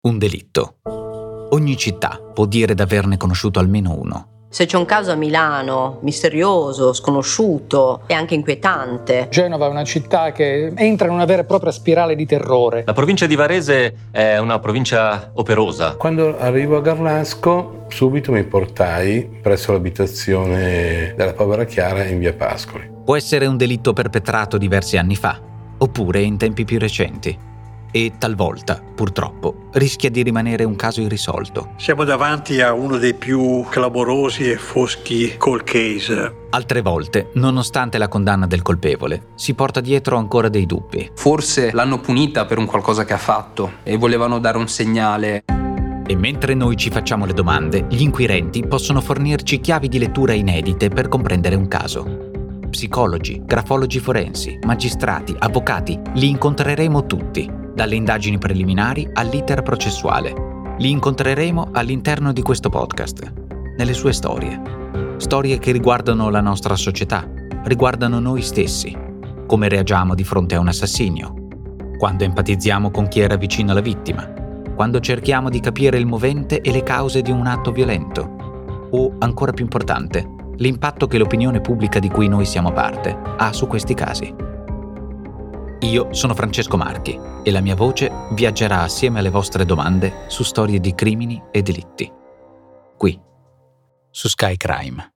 Un delitto. Ogni città può dire d'averne conosciuto almeno uno. Se c'è un caso a Milano, misterioso, sconosciuto e anche inquietante. Genova è una città che entra in una vera e propria spirale di terrore. La provincia di Varese è una provincia operosa. Quando arrivo a Garlasco, subito mi portai presso l'abitazione della povera Chiara in via Pascoli. Può essere un delitto perpetrato diversi anni fa, oppure in tempi più recenti. E talvolta, purtroppo, rischia di rimanere un caso irrisolto. Siamo davanti a uno dei più clamorosi e foschi cold case. Altre volte, nonostante la condanna del colpevole, si porta dietro ancora dei dubbi. Forse l'hanno punita per un qualcosa che ha fatto e volevano dare un segnale. E mentre noi ci facciamo le domande, gli inquirenti possono fornirci chiavi di lettura inedite per comprendere un caso. Psicologi, grafologi forensi, magistrati, avvocati, li incontreremo tutti. Dalle indagini preliminari all'iter processuale. Li incontreremo all'interno di questo podcast, nelle sue storie. Storie che riguardano la nostra società, riguardano noi stessi. Come reagiamo di fronte a un assassinio. Quando empatizziamo con chi era vicino alla vittima. Quando cerchiamo di capire il movente e le cause di un atto violento. O, ancora più importante, l'impatto che l'opinione pubblica di cui noi siamo parte ha su questi casi. Io sono Francesco Marchi e la mia voce viaggerà assieme alle vostre domande su storie di crimini e delitti. Qui, su Sky Crime.